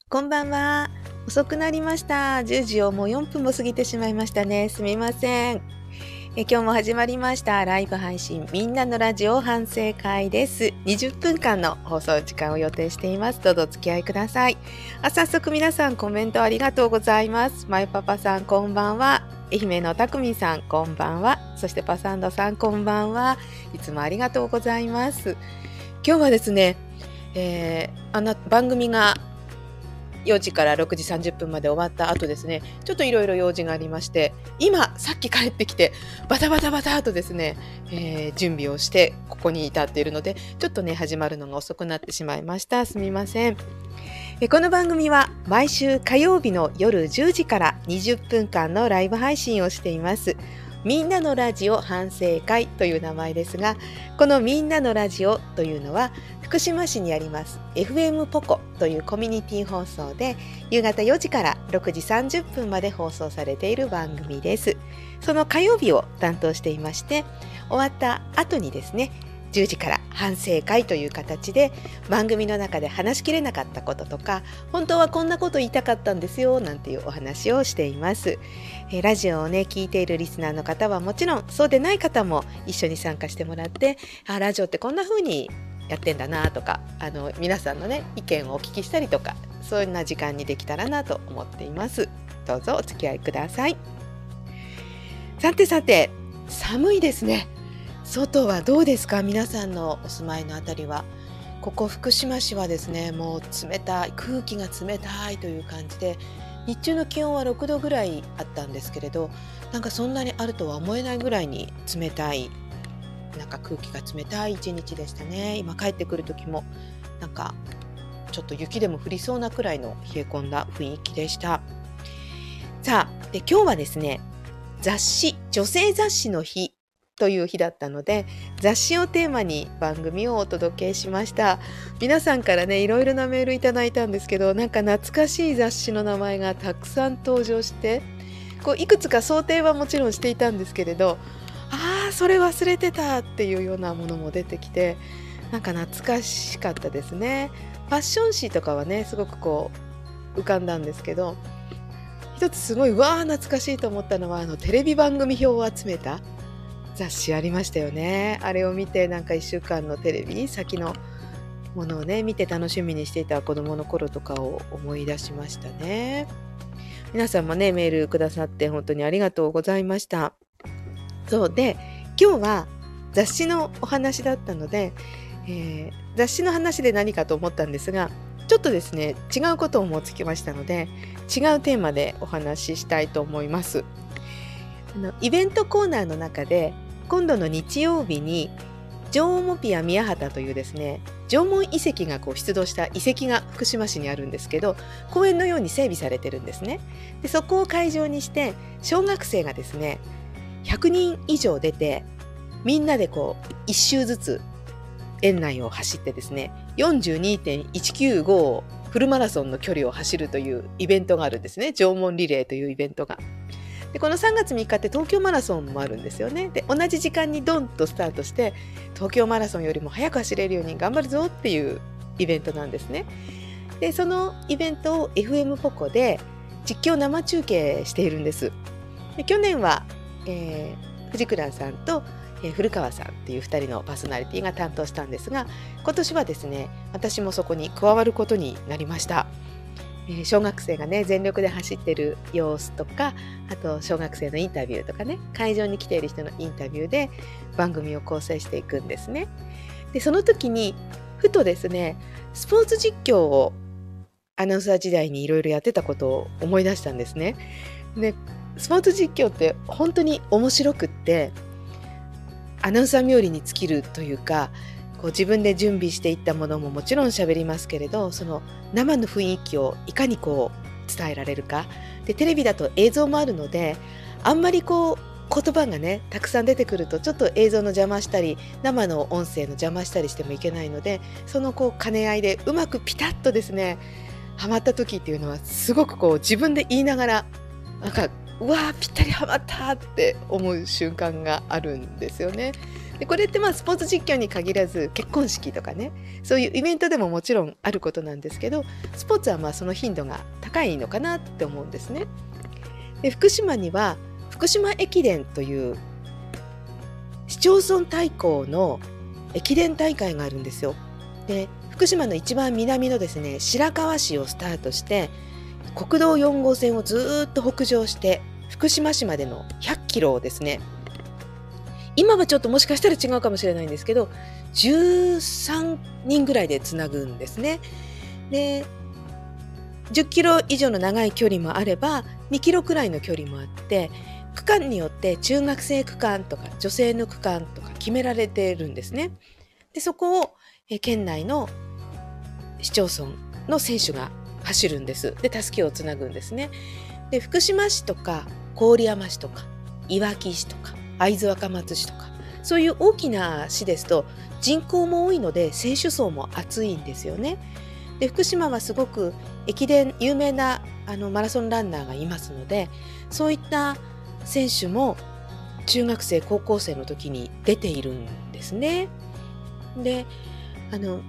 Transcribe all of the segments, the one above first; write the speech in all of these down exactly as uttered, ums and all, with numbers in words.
こんばんは。遅くなりました。じゅうじをもうよんぷんも過ぎてしまいましたね。すみません。え今日も始まりましたライブ配信みんなのラジオ反省会です。にじゅっぷんかんの放送時間を予定しています。どうぞお付き合いください。あ早速皆さんコメントありがとうございます。まゆパパさんこんばんは。愛媛のたくみさんこんばんは。そしてパサンドさんこんばんは。いつもありがとうございます。今日はですね、えー、あの番組がよじからろくじさんじゅっぷんまで終わった後ですね、ちょっといろいろ用事がありまして、今さっき帰ってきてバタバタバタとですね、えー、準備をしてここに至っているので、ちょっとね始まるのが遅くなってしまいました。すみません。えこの番組は毎週火曜日の夜じゅうじからにじゅっぷんかんのライブ配信をしています。みんなのラジオ反省会という名前ですが、このみんなのラジオというのは福島市にあります エフエム ポコというコミュニティ放送で夕方よじからろくじさんじゅっぷんまで放送されている番組です。その火曜日を担当していまして、終わった後にですね、じゅうじから反省会という形で番組の中で話しきれなかったこととか、本当はこんなこと言いたかったんですよなんていうお話をしています。えラジオをね聞いているリスナーの方はもちろん、そうでない方も一緒に参加してもらって、あラジオってこんな風にやってんだなとか、あの皆さんのね意見をお聞きしたりとか、そんな時間にできたらなと思っています。どうぞお付き合いください。さてさて、寒いですね。外はどうですか？皆さんのお住まいのあたりは。ここ福島市はですね、もう冷たい、空気が冷たいという感じで、日中の気温はろくどぐらいあったんですけれど、なんかそんなにあるとは思えないぐらいに冷たい、なんか空気が冷たい一日でしたね。今帰ってくる時もなんかちょっと雪でも降りそうなくらいの冷え込んだ雰囲気でした。さあ、で今日はですね、雑誌、女性雑誌の日という日だったので、雑誌をテーマに番組をお届けしました。皆さんからねいろいろなメールいただいたんですけど、なんか懐かしい雑誌の名前がたくさん登場して、こういくつか想定はもちろんしていたんですけれど、あーそれ忘れてたっていうようなものも出てきて、なんか懐かしかったですね。ファッション誌とかはねすごくこう浮かんだんですけど、一つすごいうわー懐かしいと思ったのは、あのテレビ番組表を集めた雑誌ありましたよね。あれを見て、なんかいっしゅうかんのテレビ先のものをね見て楽しみにしていた子どもの頃とかを思い出しましたね。皆さんもねメールくださって本当にありがとうございました。そうで、今日は雑誌のお話だったので、えー、雑誌の話で何かと思ったんですが、ちょっとですね違うことを思いつきましたので、違うテーマでお話ししたいと思います。あのイベントコーナーの中で、今度の日曜日に縄文ピア宮畑というですね、縄文遺跡がこう出土した遺跡が福島市にあるんですけど、公園のように整備されてるんですね。でそこを会場にして、小学生がですねひゃくにん以上出て、みんなでこう一周ずつ園内を走ってですね よんじゅうにてんいちきゅうご フルマラソンの距離を走るというイベントがあるんですね。縄文リレーというイベントが。でこのさんがつみっかって東京マラソンもあるんですよね。で同じ時間にドンとスタートして、東京マラソンよりも早く走れるように頑張るぞっていうイベントなんですね。でそのイベントを エフエム ポコで実況生中継しているんです。で去年は、えー、藤倉さんと、えー、古川さんっていうふたりのパーソナリティが担当したんですが、今年はですね私もそこに加わることになりました。小学生がね全力で走ってる様子とか、あと小学生のインタビューとかね、会場に来ている人のインタビューで番組を構成していくんですね。でその時にふとですね、スポーツ実況をアナウンサー時代にいろいろやってたことを思い出したんですね。でスポーツ実況って本当に面白くって、アナウンサー冥利に尽きるというか、こう自分で準備していったものももちろん喋りますけれど、その生の雰囲気をいかにこう伝えられるかで、テレビだと映像もあるので、あんまりこう言葉がねたくさん出てくるとちょっと映像の邪魔したり、生の音声の邪魔したりしてもいけないので、そのこう兼ね合いでうまくピタッとですねハマった時っていうのは、すごくこう自分で言いながら、なんかうわーぴったりハマったって思う瞬間があるんですよね。 でこれってまあスポーツ実況に限らず結婚式とかね、そういうイベントでももちろんあることなんですけど、スポーツはまあその頻度が高いのかなって思うんですね。で福島には福島駅伝という市町村対抗の駅伝大会があるんですよ。で福島の一番南のですね白河市をスタートして国道よん号線をずっと北上して福島市までのひゃっキロをですね、今はちょっともしかしたら違うかもしれないんですけどじゅうさんにんぐらいでつなぐんですね。でじゅっキロ以上の長い距離もあればにキロくらいの距離もあって、区間によって中学生区間とか女性の区間とか決められているんですね。でそこをえ県内の市町村の選手が走るんです。でたすきをつなぐんですね。で福島市とか郡山市とかいわき市とか会津若松市とかそういう大きな市ですと人口も多いので選手層も厚いんですよね。で福島はすごく駅伝有名なあのマラソンランナーがいますので、そういった選手も中学生高校生の時に出ているんですね。であの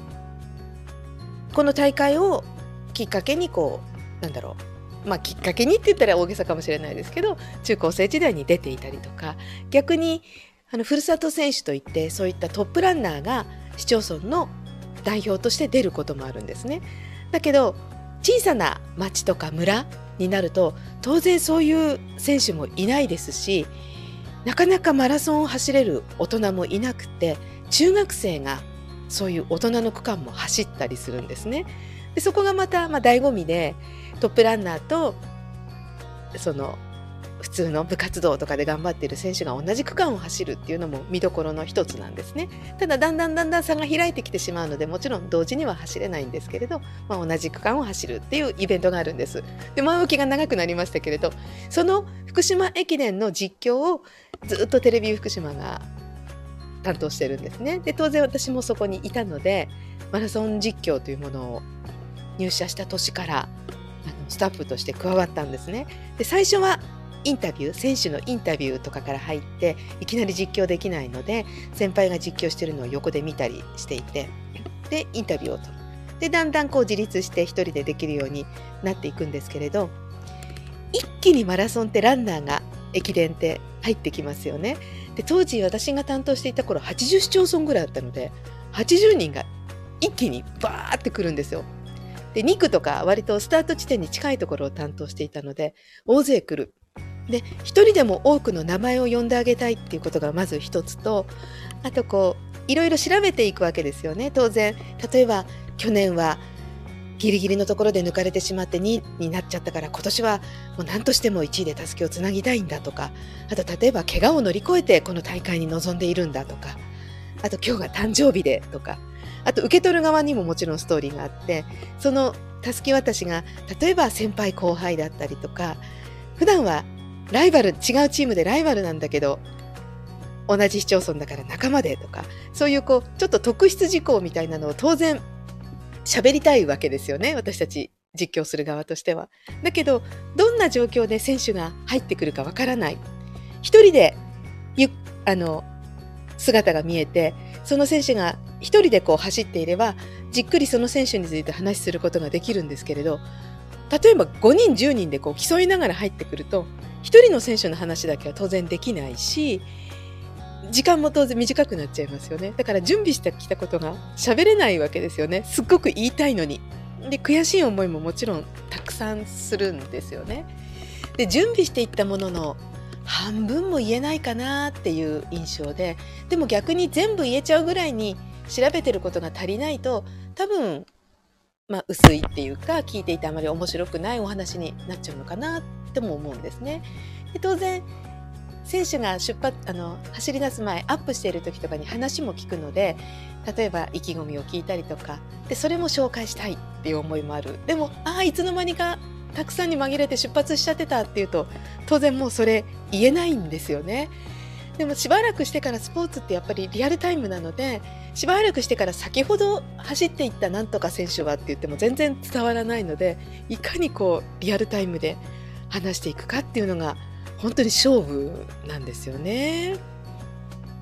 この大会をきっかけにこうなんだろうまあきっかけにって言ったら大げさかもしれないですけど、中高生時代に出ていたりとか、逆にあのふるさと選手といってそういったトップランナーが市町村の代表として出ることもあるんですね。だけど小さな町とか村になると当然そういう選手もいないですし、なかなかマラソンを走れる大人もいなくて、中学生がそういう大人の区間も走ったりするんですね。でそこがまた、まあ、醍醐味で、トップランナーとその普通の部活動とかで頑張っている選手が同じ区間を走るっていうのも見どころの一つなんですね。ただだんだんだんだん差が開いてきてしまうので、もちろん同時には走れないんですけれど、まあ、同じ区間を走るっていうイベントがあるんです。で前置きが長くなりましたけれど、その福島駅伝の実況をずっとテレビ福島が担当してるんですね。で当然私もそこにいたので、マラソン実況というものを入社した年からあのスタッフとして加わったんですね。で最初はインタビュー選手のインタビューとかから入っていきなり実況できないので、先輩が実況してるのを横で見たりしていて、でインタビューを取る。でだんだんこう自立して一人でできるようになっていくんですけれど、一気にマラソンってランナーが駅伝って入ってきますよね。で当時私が担当していた頃はちじゅう市町村ぐらいだったので、はちじゅうにんが一気にバーってくるんですよ。でに区とか割とスタート地点に近いところを担当していたので大勢来る。で一人でも多くの名前を呼んであげたいっていうことがまず一つと、あとこういろいろ調べていくわけですよね。当然例えば去年はギリギリのところで抜かれてしまってにいになっちゃったから、今年はもう何としてもいちいでたすきをつなぎたいんだとか、あと例えば怪我を乗り越えてこの大会に臨んでいるんだとか、あと今日が誕生日でとか、あと受け取る側にももちろんストーリーがあって、そのたすき渡しが例えば先輩後輩だったりとか、普段はライバル違うチームでライバルなんだけど同じ市町村だから仲間でとか、そういうこうちょっと特筆事項みたいなのを当然喋りたいわけですよね、私たち実況する側としては。だけどどんな状況で選手が入ってくるかわからない、一人でゆあの姿が見えて、その選手が一人でこう走っていればじっくりその選手について話することができるんですけれど、例えばごにんじゅうにんでこう競いながら入ってくると一人の選手の話だけは当然できないし、時間も当然短くなっちゃいますよね。だから準備してきたことが喋れないわけですよね。すっごく言いたいのに。で悔しい思いももちろんたくさんするんですよね。で準備していったものの半分も言えないかなっていう印象で、でも逆に全部言えちゃうぐらいに調べてることが足りないと多分まあ薄いっていうか、聞いていてあまり面白くないお話になっちゃうのかなっても思うんですね。で当然選手が出発あの走り出す前アップしている時とかに話も聞くので、例えば意気込みを聞いたりとかで、それも紹介したいっていう思いもある。でもああいつの間にかたくさんに紛れて出発しちゃってたっていうと当然もうそれ言えないんですよね。でもしばらくしてからスポーツってやっぱりリアルタイムなので、しばらくしてから先ほど走っていったなんとか選手はって言っても全然伝わらないので、いかにこうリアルタイムで話していくかっていうのが本当に勝負なんですよね。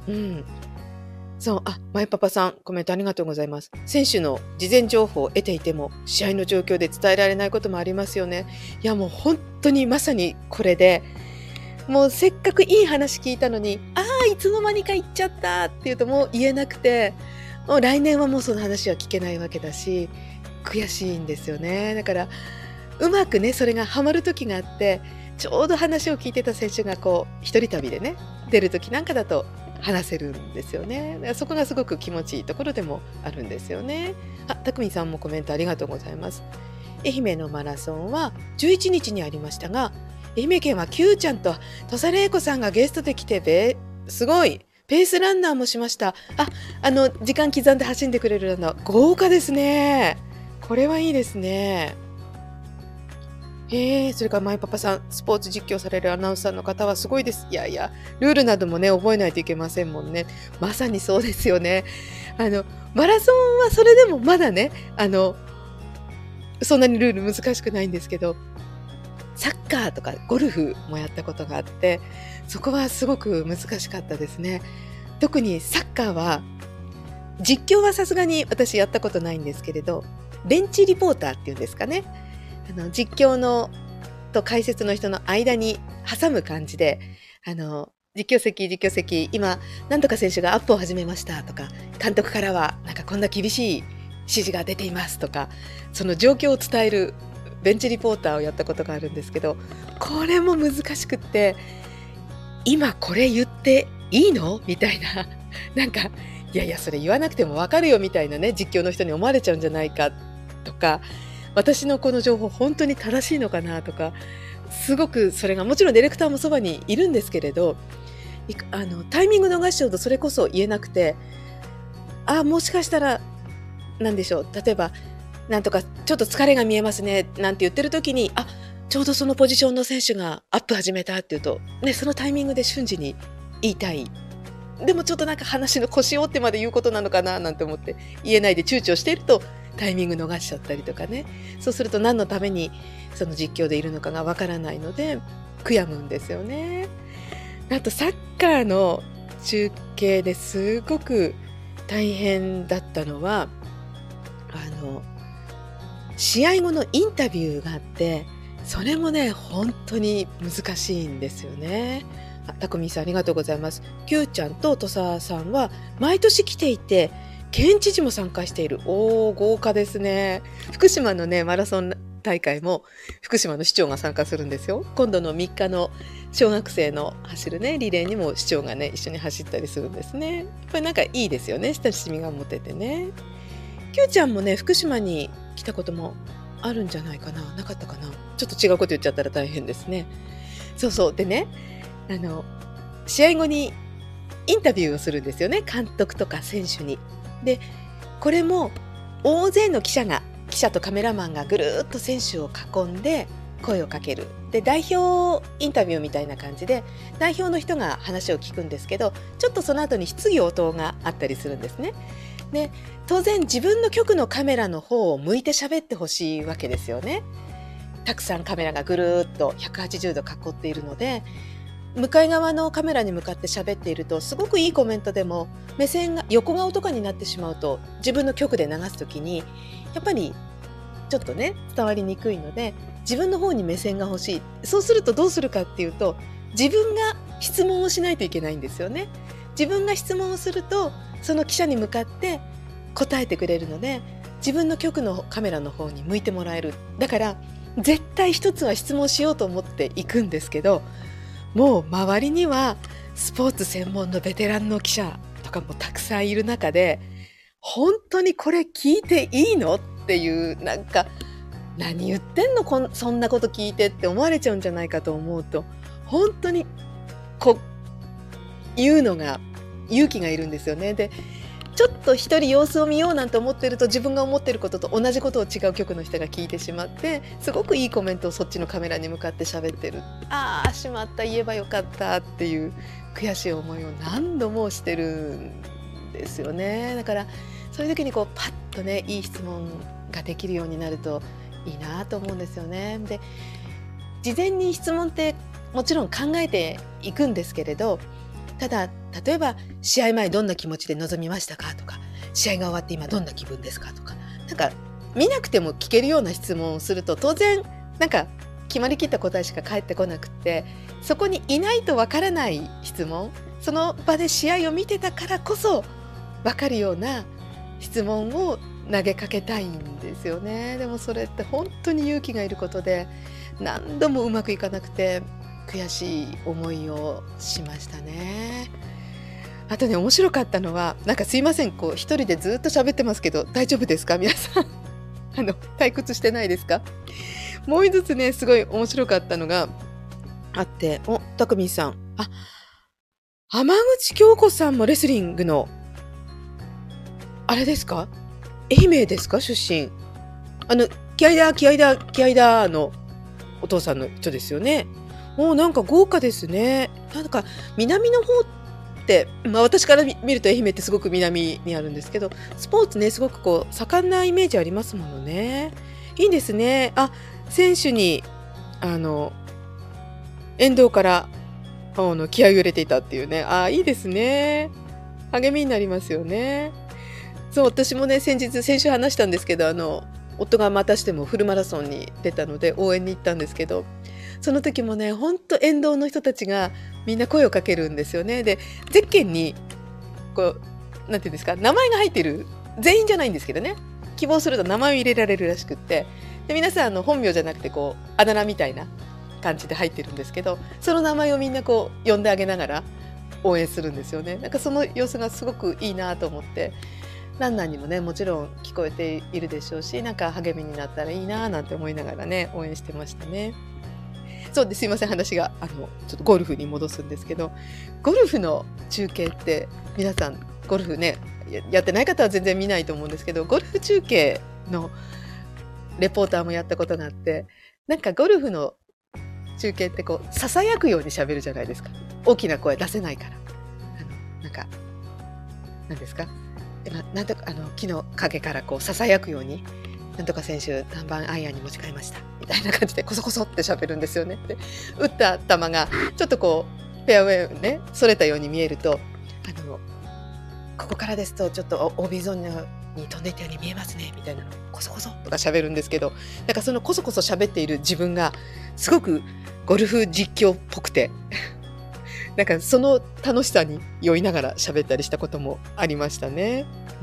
うん。そう、あ、まえパパさん、コメントありがとうございます。選手の事前情報を得ていても、試合の状況で伝えられないこともありますよね。いや、もう本当にまさにこれで、もうせっかくいい話聞いたのに、ああ、いつの間にか行っちゃったって言うともう言えなくて、もう来年はもうその話は聞けないわけだし、悔しいんですよね。だから、うまくね、それがハマる時があって、ちょうど話を聞いてた選手がこう、一人旅でね、出る時なんかだと話せるんですよね。だからそこがすごく気持ちいいところでもあるんですよね。あ、たくみさんもコメントありがとうございます。愛媛のマラソンはじゅういちにちにありましたが、愛媛県は Q ちゃんと土佐玲子さんがゲストで来てべ、すごいペースランナーもしました。あ、あの時間刻んで走んでくれるランナー、豪華ですね。これはいいですね。へえ、それからマイパパさん、スポーツ実況されるアナウンサーの方はすごいです。いやいや、ルールなどもね、覚えないといけませんもんね。まさにそうですよね。あの、マラソンはそれでもまだね、あの、そんなにルール難しくないんですけど、サッカーとかゴルフもやったことがあって、そこはすごく難しかったですね。特にサッカーは、実況はさすがに私やったことないんですけれど、ベンチリポーターっていうんですかね。あの実況のと解説の人の間に挟む感じで、あの実況席実況席今なんとか選手がアップを始めましたとか、監督からはなんかこんな厳しい指示が出ていますとか、その状況を伝えるベンチリポーターをやったことがあるんですけど、これも難しくって、今これ言っていいのみたいな、なんかいやいやそれ言わなくてもわかるよみたいなね、実況の人に思われちゃうんじゃないかとか、私のこの情報本当に正しいのかなとか、すごくそれがもちろんディレクターもそばにいるんですけれど、いくあのタイミング逃しちゃうとそれこそ言えなくて、あ、もしかしたらなんでしょう、例えばなんとかちょっと疲れが見えますねなんて言ってる時に、あ、ちょうどそのポジションの選手がアップ始めたっていうと、ね、そのタイミングで瞬時に言いたい。でもちょっとなんか話の腰を折ってまで言うことなのかななんて思って言えないで躊躇しているとタイミング逃しちゃったりとかね。そうすると何のためにその実況でいるのかがわからないので悔やむんですよね。あとサッカーの中継ですごく大変だったのは、あの試合後のインタビューがあって、それもね本当に難しいんですよね。あ、たくみさんありがとうございます。Q ちゃんと土佐さんは毎年来ていて、県知事も参加している。おー、豪華ですね。福島のねマラソン大会も福島の市長が参加するんですよ。今度のみっかの小学生の走るねリレーにも市長がね一緒に走ったりするんですね。やっぱりなんかいいですよね、親しみが持ててね。Q ちゃんもね福島に来たこともあるんじゃないかな、なかったかな、ちょっと違うこと言っちゃったら大変ですね。そうそう、でね、あの試合後にインタビューをするんですよね、監督とか選手に。でこれも大勢の記者が記者とカメラマンがぐるーっと選手を囲んで声をかける。で代表インタビューみたいな感じで代表の人が話を聞くんですけど、ちょっとその後に質疑応答があったりするんですね。で当然自分の局のカメラの方を向いて喋ってほしいわけですよね。たくさんカメラがぐるーっとひゃくはちじゅうど囲っているので、向かい側のカメラに向かって喋っているとすごくいいコメントでも目線が横顔とかになってしまうと、自分の局で流すときにやっぱりちょっとね伝わりにくいので、自分の方に目線が欲しい。そうするとどうするかっていうと、自分が質問をしないといけないんですよね。自分が質問をするとその記者に向かって答えてくれるので、自分の局のカメラの方に向いてもらえる。だから絶対一つは質問しようと思っていくんですけど、もう周りにはスポーツ専門のベテランの記者とかもたくさんいる中で、本当にこれ聞いていいのっていう、なんか何言ってんのこんそんなこと聞いてって思われちゃうんじゃないかと思うと、本当にこ言うのが勇気がいるんですよね。でちょっと一人様子を見ようなんて思ってると、自分が思ってることと同じことを違う局の人が聞いてしまって、すごくいいコメントをそっちのカメラに向かって喋ってる。ああしまった、言えばよかったっていう悔しい思いを何度もしてるんですよね。だからそういう時にこうパッとねいい質問ができるようになるといいなと思うんですよね。で事前に質問ってもちろん考えていくんですけれど、ただ例えば試合前どんな気持ちで臨みましたかとか、試合が終わって今どんな気分ですかとか、なんか見なくても聞けるような質問をすると、当然なんか決まりきった答えしか返ってこなくって、そこにいないとわからない質問、その場で試合を見てたからこそわかるような質問を投げかけたいんですよね。でもそれって本当に勇気がいることで、何度もうまくいかなくて悔しい思いをしましたね。あとね、面白かったのは、なんかすいません、こう一人でずっと喋ってますけど大丈夫ですか皆さん。あの退屈してないですか？もう一つね、すごい面白かったのがあって、お、たくみさん、あ、浜口京子さんもレスリングのあれですか？愛媛ですか？出身。あの気合いだ気合いだ気合いだのお父さんの人ですよね。もうなんか豪華ですね。なんか南の方って、まあ、私から見見ると愛媛ってすごく南にあるんですけど、スポーツねすごくこう盛んなイメージありますものね。いいんですね。あ、選手にあの沿道からあの気合を入れていたっていうね。あ、いいですね。励みになりますよね。そう、私もね先日先週話したんですけど、あの夫がまたしてもフルマラソンに出たので応援に行ったんですけど、その時もね本当沿道の人たちがみんな声をかけるんですよね。でゼッケンにこうなんていうんですか、名前が入っている、全員じゃないんですけどね、希望すると名前を入れられるらしくって、で皆さんあの本名じゃなくてこうあだ名みたいな感じで入ってるんですけど、その名前をみんなこう呼んであげながら応援するんですよね。なんかその様子がすごくいいなと思って、ランナーにもねもちろん聞こえているでしょうし、なんか励みになったらいいななんて思いながらね応援してましたね。そうですいません、話があのちょっとゴルフに戻すんですけど、ゴルフの中継って皆さんゴルフねややってない方は全然見ないと思うんですけど、ゴルフ中継のレポーターもやったことがあって、なんかゴルフの中継ってこうささやくように喋るじゃないですか。大きな声出せないから、あのなんかなんですか、今なんとかあの木の陰からこうささやくように、なんとか選手単番アイアンに持ち替えましたみたいな感じでコソコソって喋るんですよね。で打った球がちょっとこうフェアウェイねそれたように見えると、あのここからですとちょっと オービー ゾーンに飛んでいったように見えますねみたいなのをコソコソとか喋るんですけど、なんかそのコソコソ喋っている自分がすごくゴルフ実況っぽくてなんかその楽しさに酔いながら喋ったりしたこともありましたね。うん。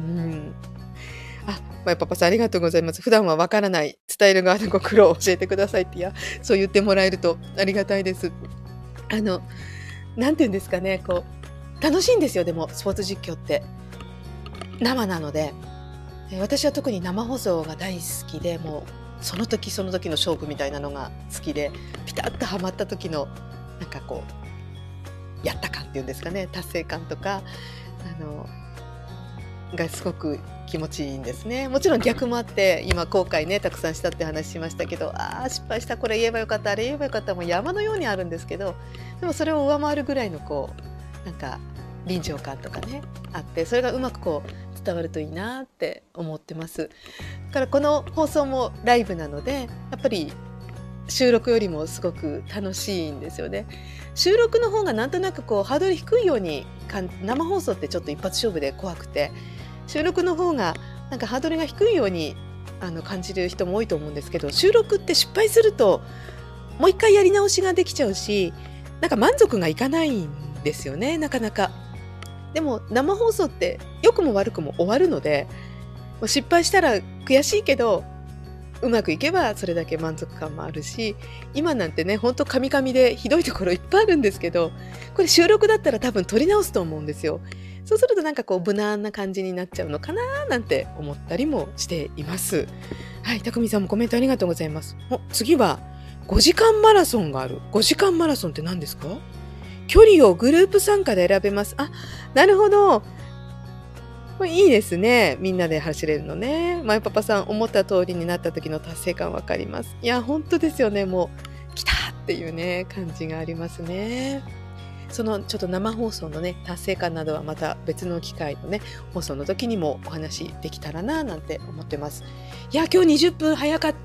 あ、まやパパさんありがとうございます。普段はわからない伝える側のご苦労を教えてくださいって、いやそう言ってもらえるとありがたいです。あのなんていうんですかね、こう楽しいんですよ。でもスポーツ実況って生なので、え私は特に生放送が大好きで、もうその時その時の勝負みたいなのが好きで、ピタッとはまった時のなんかこうやった感っていうんですかね、達成感とかあのがすごく気持ちいいんですね。もちろん逆もあって、今後悔ねたくさんしたって話しましたけど、ああ失敗した、これ言えばよかった、あれ言えばよかった、もう山のようにあるんですけど、でもそれを上回るぐらいのこうなんか臨場感とかねあって、それがうまくこう伝わるといいなって思ってます。だからこの放送もライブなので、やっぱり収録よりもすごく楽しいんですよね。収録の方がなんとなくこうハードル低いようにかん生放送ってちょっと一発勝負で怖くて、収録の方がなんかハードルが低いようにあの感じる人も多いと思うんですけど、収録って失敗するともう一回やり直しができちゃうし、なんか満足がいかないんですよね、なかなか。でも生放送って良くも悪くも終わるので、もう失敗したら悔しいけどうまくいけばそれだけ満足感もあるし、今なんてねほんとカミカミでひどいところいっぱいあるんですけど、これ収録だったら多分撮り直すと思うんですよ。そうするとなんかこう無難な感じになっちゃうのかななんて思ったりもしています。はい、たくみさんもコメントありがとうございます。お、次はごじかんマラソンがある。ごじかんマラソンって何ですか？距離をグループ参加で選べます。あ、なるほど。これいいですね。みんなで走れるのね。まゆパパさん、思った通りになった時の達成感わかります。いや、本当ですよね。もう、来たっていうね、感じがありますね。そのちょっと生放送のね、達成感などはまた別の機会のね、放送の時にもお話できたらな、なんて思ってます。いや、今日にじゅっぷん早かった。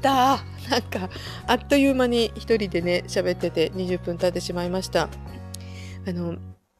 なんか、あっという間に一人でね、喋っててにじゅっぷん経ってしまいました。あの、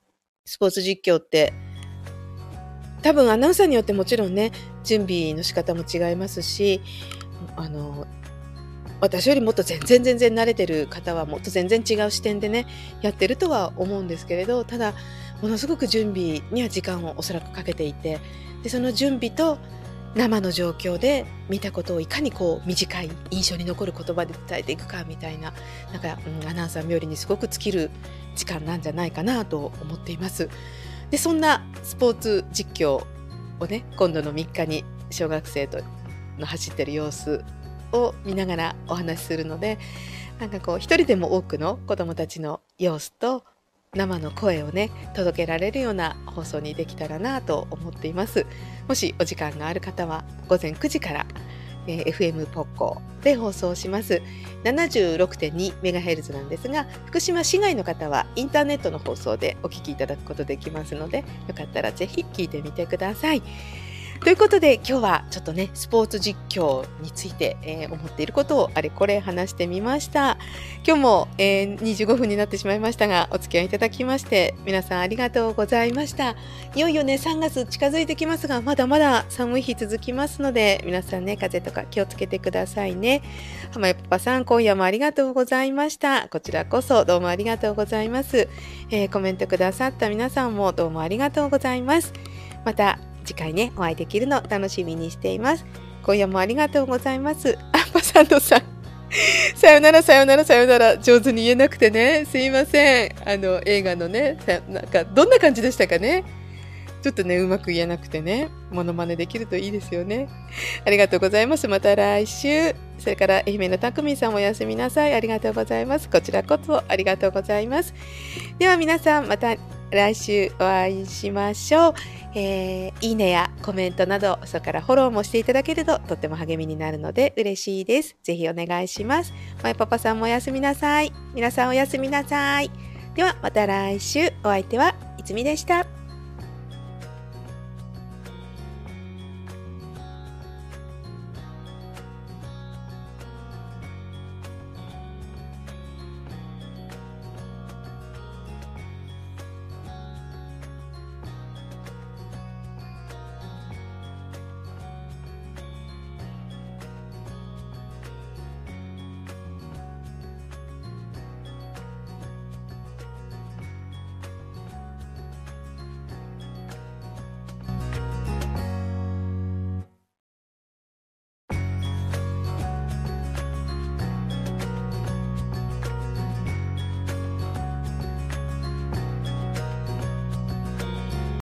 スポーツ実況って多分アナウンサーによってもちろんね、準備の仕方も違いますし、あの私よりもっと全然全然慣れてる方はもっと全然違う視点でねやってるとは思うんですけれど、ただものすごく準備には時間をおそらくかけていて、でその準備と生の状況で見たことをいかにこう短い印象に残る言葉で伝えていくかみたいな、なんか、うん、アナウンサー冥利にすごく尽きる時間なんじゃないかなと思っています。でそんなスポーツ実況をね、今度のみっかに小学生との走ってる様子を見ながらお話しするので、なんかこう一人でも多くの子どもたちの様子と生の声をね届けられるような放送にできたらなと思っています。もしお時間がある方はごぜんくじから、えー、エフエム ポッコで放送します。 ななじゅうろくてんにメガヘルツ なんですが、福島市外の方はインターネットの放送でお聞きいただくことできますので、よかったらぜひ聞いてみてください。ということで今日はちょっとねスポーツ実況について、えー思っていることをあれこれ話してみました。今日も、えーにじゅうごふんになってしまいましたが、お付き合いいただきまして皆さんありがとうございました。いよいよねさんがつ近づいてきますが、まだまだ寒い日続きますので、皆さんね風邪とか気をつけてくださいね。浜谷パパさん、今夜もありがとうございました。こちらこそどうもありがとうございます。えーコメントくださった皆さんもどうもありがとうございます。また次回ねお会いできるの楽しみにしています。今夜もありがとうございます。アンパサンドさんさよならさよならさよなら上手に言えなくてねすいません。あの映画のねさなんかどんな感じでしたかね。ちょっとねうまく言えなくてね、モノマネできるといいですよね。ありがとうございます。また来週。それから愛媛のたくみんさんもおやすみなさい。ありがとうございます。こちらこそありがとうございます。では皆さんまた来週お会いしましょう。えーいいねやコメントなど、それからフォローもしていただけるととっても励みになるので嬉しいです。ぜひお願いします。まいパパさんもおやすみなさい。皆さんおやすみなさい。ではまた来週。お相手はいつみでした。